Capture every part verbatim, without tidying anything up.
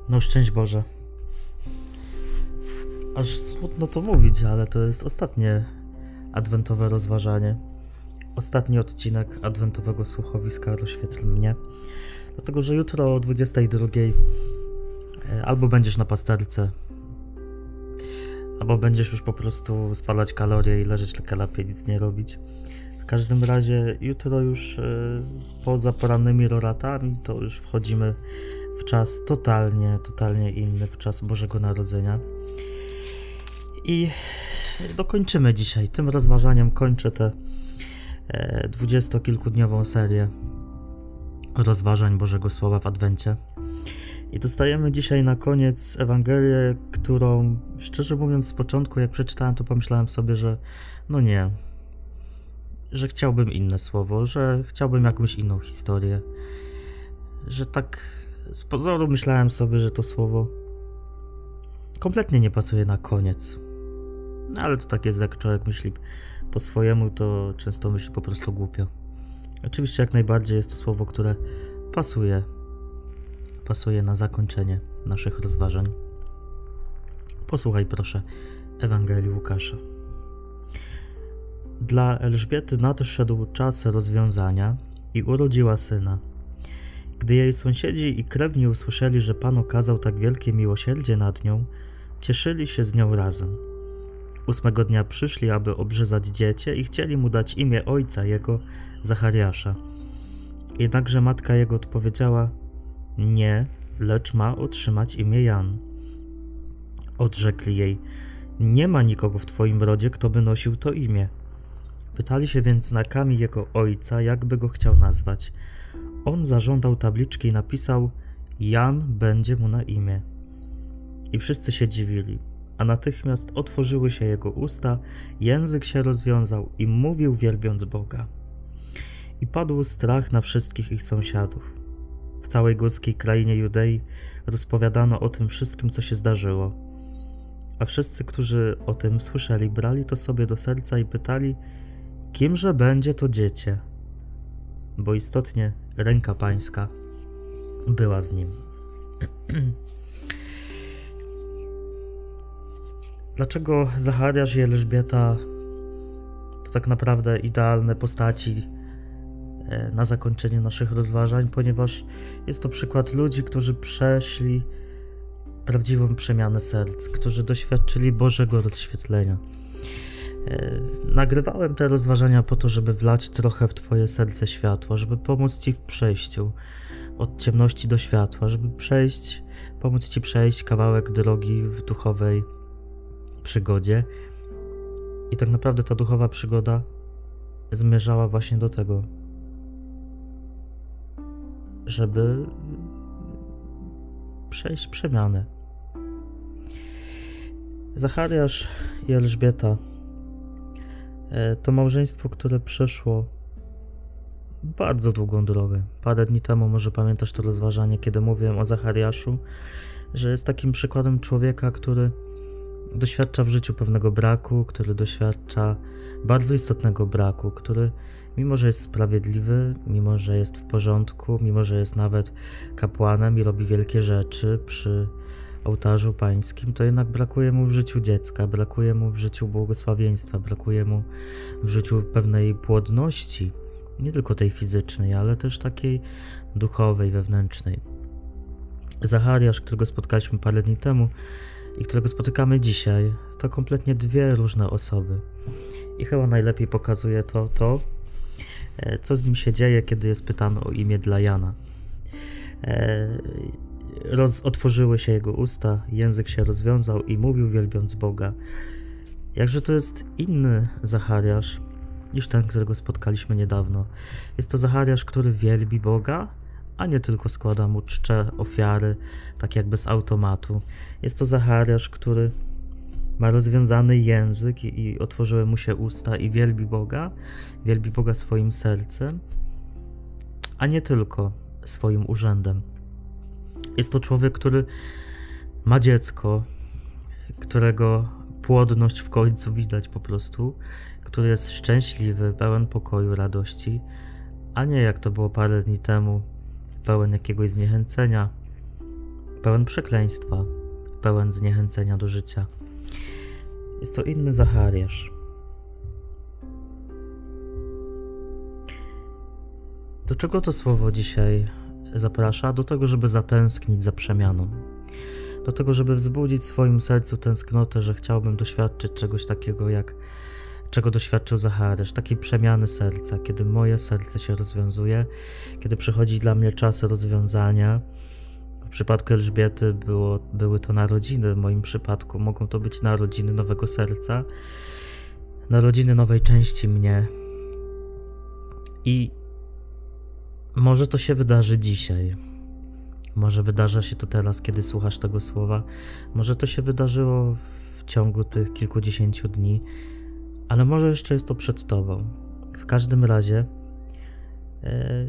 No szczęść Boże. Aż smutno to mówić, ale to jest ostatnie adwentowe rozważanie. Ostatni odcinek adwentowego słuchowiska Rozświetl mnie. Dlatego, że jutro o dwudziestej drugiej albo będziesz na pasterce, albo będziesz już po prostu spalać kalorie i leżeć na kanapie, nic nie robić. W każdym razie jutro już poza porannymi roratami to już wchodzimy w czas totalnie, totalnie inny, w czas Bożego Narodzenia. I dokończymy dzisiaj. Tym rozważaniem kończę tę dwudziestokilkudniową serię rozważań Bożego Słowa w Adwencie. I dostajemy dzisiaj na koniec Ewangelię, którą, szczerze mówiąc, z początku jak przeczytałem, to pomyślałem sobie, że no nie, że chciałbym inne słowo, że chciałbym jakąś inną historię, że tak z pozoru myślałem sobie, że to słowo kompletnie nie pasuje na koniec. No ale to tak jest, jak człowiek myśli po swojemu, to często myśli po prostu głupio. Oczywiście jak najbardziej jest to słowo, które pasuje, pasuje na zakończenie naszych rozważań. Posłuchaj proszę Ewangelii Łukasza. Dla Elżbiety nadszedł czas rozwiązania i urodziła syna. Gdy jej sąsiedzi i krewni usłyszeli, że Pan okazał tak wielkie miłosierdzie nad nią, cieszyli się z nią razem. Ósmego dnia przyszli, aby obrzezać dziecię i chcieli mu dać imię ojca jego, Zachariasza. Jednakże matka jego odpowiedziała: nie, lecz ma otrzymać imię Jan. Odrzekli jej: nie ma nikogo w twoim rodzie, kto by nosił to imię. Pytali się więc znakami jego ojca, jakby go chciał nazwać. On zażądał tabliczki i napisał: Jan będzie mu na imię. I wszyscy się dziwili, a natychmiast otworzyły się jego usta, język się rozwiązał i mówił, wielbiąc Boga. I padł strach na wszystkich ich sąsiadów. W całej górskiej krainie Judei rozpowiadano o tym wszystkim, co się zdarzyło. A wszyscy, którzy o tym słyszeli, brali to sobie do serca i pytali, kimże będzie to dziecię? Bo istotnie ręka Pańska była z nim. Dlaczego Zachariasz i Elżbieta to tak naprawdę idealne postaci na zakończenie naszych rozważań? Ponieważ jest to przykład ludzi, którzy przeszli prawdziwą przemianę serc, którzy doświadczyli Bożego rozświetlenia. Nagrywałem te rozważania po to, żeby wlać trochę w Twoje serce światła, żeby pomóc Ci w przejściu od ciemności do światła, żeby przejść, pomóc Ci przejść kawałek drogi w duchowej przygodzie. I tak naprawdę ta duchowa przygoda zmierzała właśnie do tego, żeby przejść przemianę. Zachariasz i Elżbieta to małżeństwo, które przeszło bardzo długą drogę. Parę dni temu, może pamiętasz to rozważanie, kiedy mówiłem o Zachariaszu, że jest takim przykładem człowieka, który doświadcza w życiu pewnego braku, który doświadcza bardzo istotnego braku, który mimo, że jest sprawiedliwy, mimo, że jest w porządku, mimo, że jest nawet kapłanem i robi wielkie rzeczy przy ołtarzu pańskim, to jednak brakuje mu w życiu dziecka, brakuje mu w życiu błogosławieństwa, brakuje mu w życiu pewnej płodności, nie tylko tej fizycznej, ale też takiej duchowej, wewnętrznej. Zachariasz, którego spotkaliśmy parę dni temu i którego spotykamy dzisiaj, to kompletnie dwie różne osoby. I chyba najlepiej pokazuje to to, co z nim się dzieje, kiedy jest pytany o imię dla Jana. Roz, otworzyły się jego usta, język się rozwiązał i mówił, wielbiąc Boga. Jakże to jest inny Zachariasz niż ten, którego spotkaliśmy niedawno. Jest to Zachariasz, który wielbi Boga, a nie tylko składa mu czcze ofiary, tak jakby z automatu. Jest to Zachariasz, który ma rozwiązany język i, i otworzyły mu się usta i wielbi Boga, wielbi Boga swoim sercem, a nie tylko swoim urzędem. Jest to człowiek, który ma dziecko, którego płodność w końcu widać po prostu, który jest szczęśliwy, pełen pokoju, radości, a nie jak to było parę dni temu, pełen jakiegoś zniechęcenia, pełen przekleństwa, pełen zniechęcenia do życia. Jest to inny Zachariasz. Do czego to słowo dzisiaj zaprasza? Do tego, żeby zatęsknić za przemianą. Do tego, żeby wzbudzić w swoim sercu tęsknotę, że chciałbym doświadczyć czegoś takiego, jak czego doświadczył Zachariasz, takiej przemiany serca, kiedy moje serce się rozwiązuje, kiedy przychodzi dla mnie czas rozwiązania. W przypadku Elżbiety było, były to narodziny, w moim przypadku mogą to być narodziny nowego serca, narodziny nowej części mnie. I może to się wydarzy dzisiaj. Może wydarza się to teraz, kiedy słuchasz tego słowa. Może to się wydarzyło w ciągu tych kilkudziesięciu dni, ale może jeszcze jest to przed tobą. W każdym razie e,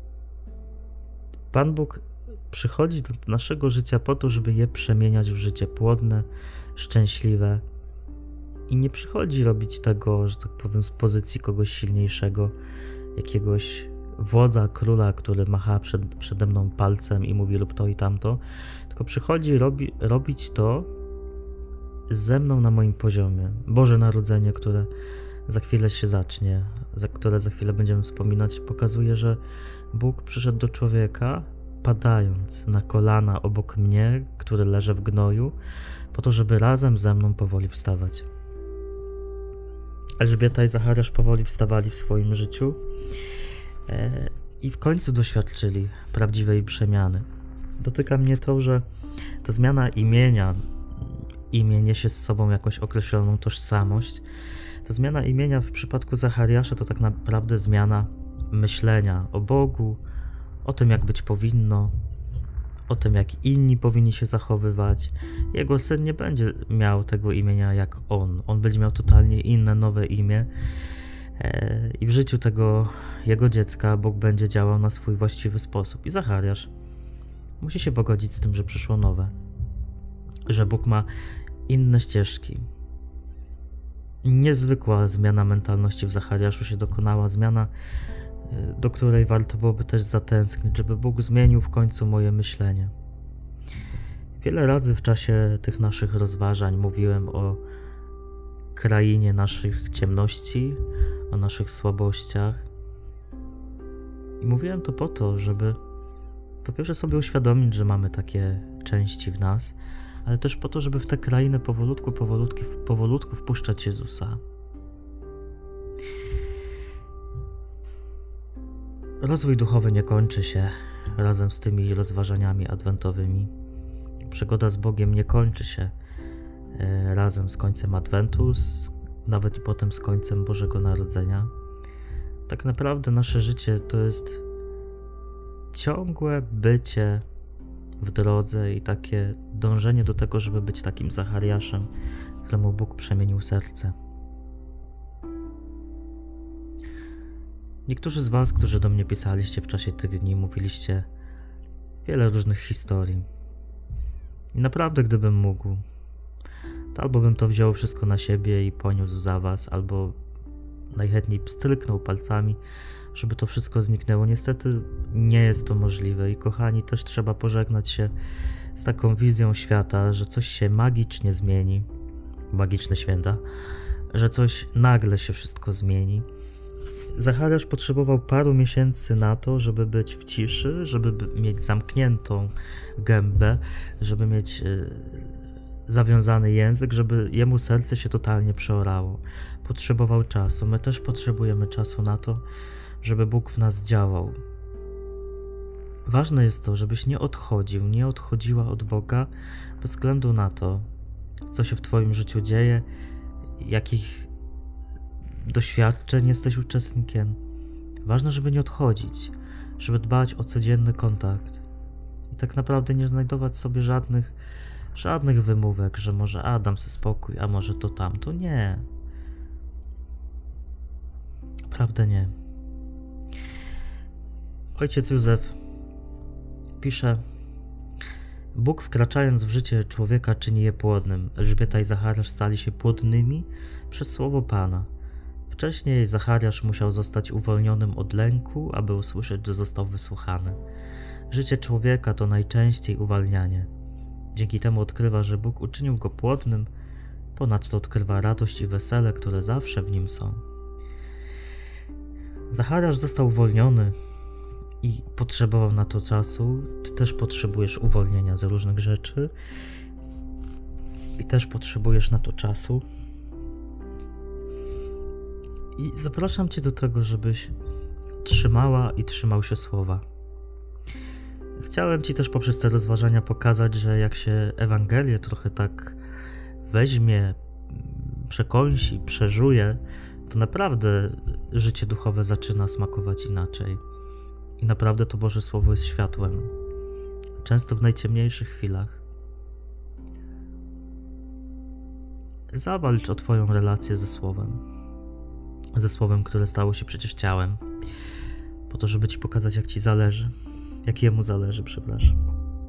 Pan Bóg przychodzi do naszego życia po to, żeby je przemieniać w życie płodne, szczęśliwe i nie przychodzi robić tego, że tak powiem, z pozycji kogoś silniejszego, jakiegoś wodza, króla, który macha przed, przede mną palcem i mówi lub to i tamto, tylko przychodzi robi, robić to ze mną na moim poziomie. Boże Narodzenie, które za chwilę się zacznie, za które za chwilę będziemy wspominać, pokazuje, że Bóg przyszedł do człowieka, padając na kolana obok mnie, który leżę w gnoju, po to, żeby razem ze mną powoli wstawać. Elżbieta i Zachariasz powoli wstawali w swoim życiu e, i w końcu doświadczyli prawdziwej przemiany. Dotyka mnie to, że ta zmiana imienia, imię niesie z sobą jakąś określoną tożsamość. Ta zmiana imienia w przypadku Zachariasza to tak naprawdę zmiana myślenia o Bogu, o tym, jak być powinno, o tym, jak inni powinni się zachowywać. Jego syn nie będzie miał tego imienia jak on. On będzie miał totalnie inne, nowe imię i w życiu tego jego dziecka Bóg będzie działał na swój właściwy sposób. I Zachariasz musi się pogodzić z tym, że przyszło nowe, że Bóg ma inne ścieżki. Niezwykła zmiana mentalności w Zachariaszu się dokonała, zmiana, do której warto byłoby też zatęsknić, żeby Bóg zmienił w końcu moje myślenie. Wiele razy w czasie tych naszych rozważań mówiłem o krainie naszych ciemności, o naszych słabościach. I mówiłem to po to, żeby po pierwsze sobie uświadomić, że mamy takie części w nas, ale też po to, żeby w tę krainę powolutku, powolutku, powolutku wpuszczać Jezusa. Rozwój duchowy nie kończy się razem z tymi rozważaniami adwentowymi. Przygoda z Bogiem nie kończy się razem z końcem Adwentu, z, nawet i potem z końcem Bożego Narodzenia. Tak naprawdę nasze życie to jest ciągłe bycie w drodze i takie dążenie do tego, żeby być takim Zachariaszem, któremu Bóg przemienił serce. Niektórzy z was, którzy do mnie pisaliście w czasie tych dni, mówiliście wiele różnych historii. I naprawdę, gdybym mógł, to albo bym to wziął wszystko na siebie i poniósł za was, albo najchętniej pstryknął palcami, żeby to wszystko zniknęło. Niestety nie jest to możliwe i kochani, też trzeba pożegnać się z taką wizją świata, że coś się magicznie zmieni, magiczne święta, że coś nagle się wszystko zmieni. Zachariasz potrzebował paru miesięcy na to, żeby być w ciszy, żeby mieć zamkniętą gębę, żeby mieć yy, zawiązany język, żeby jemu serce się totalnie przeorało. Potrzebował czasu. My też potrzebujemy czasu na to, żeby Bóg w nas działał. Ważne jest to, żebyś nie odchodził, nie odchodziła od Boga bez względu na to, co się w twoim życiu dzieje, jakich doświadczeń jesteś uczestnikiem. Ważne, żeby nie odchodzić, żeby dbać o codzienny kontakt i tak naprawdę nie znajdować sobie żadnych, żadnych wymówek, że może a, dam sobie spokój, a może to tamto. Nie. Naprawdę nie. Ojciec Józef pisze: Bóg, wkraczając w życie człowieka, czyni je płodnym. Elżbieta i Zachariasz stali się płodnymi przez słowo Pana. Wcześniej Zachariasz musiał zostać uwolnionym od lęku, aby usłyszeć, że został wysłuchany. Życie człowieka to najczęściej uwalnianie. Dzięki temu odkrywa, że Bóg uczynił go płodnym, ponadto odkrywa radość i wesele, które zawsze w nim są. Zachariasz został uwolniony i potrzebował na to czasu. Ty też potrzebujesz uwolnienia z różnych rzeczy i też potrzebujesz na to czasu. I zapraszam Cię do tego, żebyś trzymała i trzymał się słowa. Chciałem Ci też poprzez te rozważania pokazać, że jak się Ewangelię trochę tak weźmie, przekąsi, przeżuje, to naprawdę życie duchowe zaczyna smakować inaczej. I naprawdę to Boże Słowo jest światłem. Często w najciemniejszych chwilach. Zawalcz o Twoją relację ze Słowem. Ze Słowem, które stało się przecież ciałem. Po to, żeby Ci pokazać, jak Ci zależy. Jak Jemu zależy, przepraszam.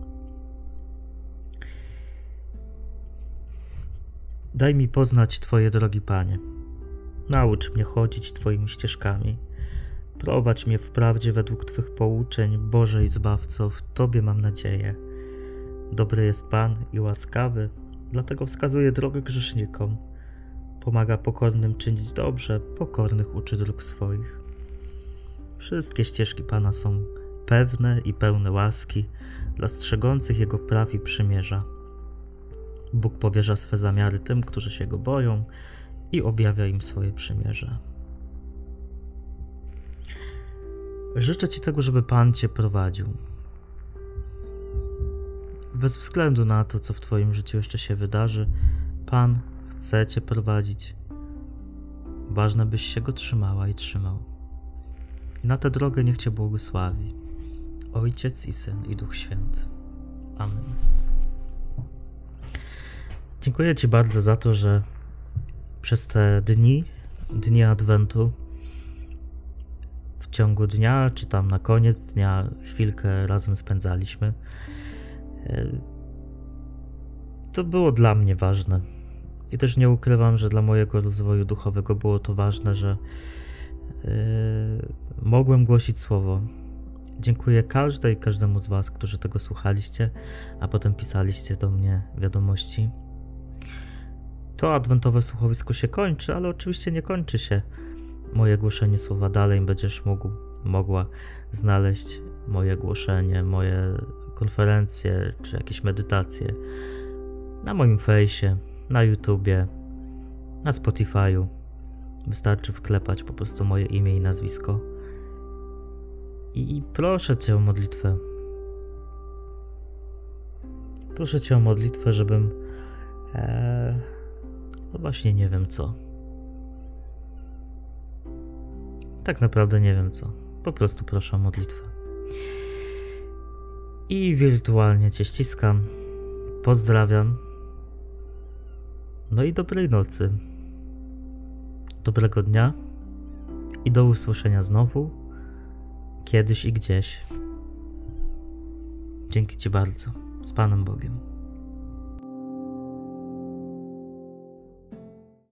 Daj mi poznać Twoje drogi, Panie. Naucz mnie chodzić Twoimi ścieżkami. Prowadź mnie w prawdzie według Twych pouczeń, Boże i Zbawco, w Tobie mam nadzieję. Dobry jest Pan i łaskawy, dlatego wskazuje drogę grzesznikom. Pomaga pokornym czynić dobrze, pokornych uczy dróg swoich. Wszystkie ścieżki Pana są pewne i pełne łaski dla strzegących Jego praw i przymierza. Bóg powierza swe zamiary tym, którzy się Go boją i objawia im swoje przymierze. Życzę Ci tego, żeby Pan Cię prowadził. Bez względu na to, co w Twoim życiu jeszcze się wydarzy, Pan chce Cię prowadzić. Ważne, byś się Go trzymała i trzymał. I na tę drogę niech Cię błogosławi Ojciec i Syn i Duch Święty. Amen. Dziękuję Ci bardzo za to, że przez te dni, dni Adwentu, w ciągu dnia, czy tam na koniec dnia, chwilkę razem spędzaliśmy. To było dla mnie ważne. I też nie ukrywam, że dla mojego rozwoju duchowego było to ważne, że yy, mogłem głosić Słowo. Dziękuję każdej i każdemu z Was, którzy tego słuchaliście, a potem pisaliście do mnie wiadomości. To adwentowe słuchowisko się kończy, ale oczywiście nie kończy się moje głoszenie Słowa dalej. Będziesz mógł, mogła znaleźć moje głoszenie, moje konferencje, czy jakieś medytacje na moim fejsie, na YouTubie, na Spotify'u. Wystarczy wklepać po prostu moje imię i nazwisko. I proszę Cię o modlitwę. Proszę Cię o modlitwę, żebym e, no właśnie nie wiem co. Tak naprawdę nie wiem co. Po prostu proszę o modlitwę. I wirtualnie Cię ściskam. Pozdrawiam. No i dobrej nocy. Dobrego dnia. I do usłyszenia znowu. Kiedyś i gdzieś. Dzięki Ci bardzo. Z Panem Bogiem.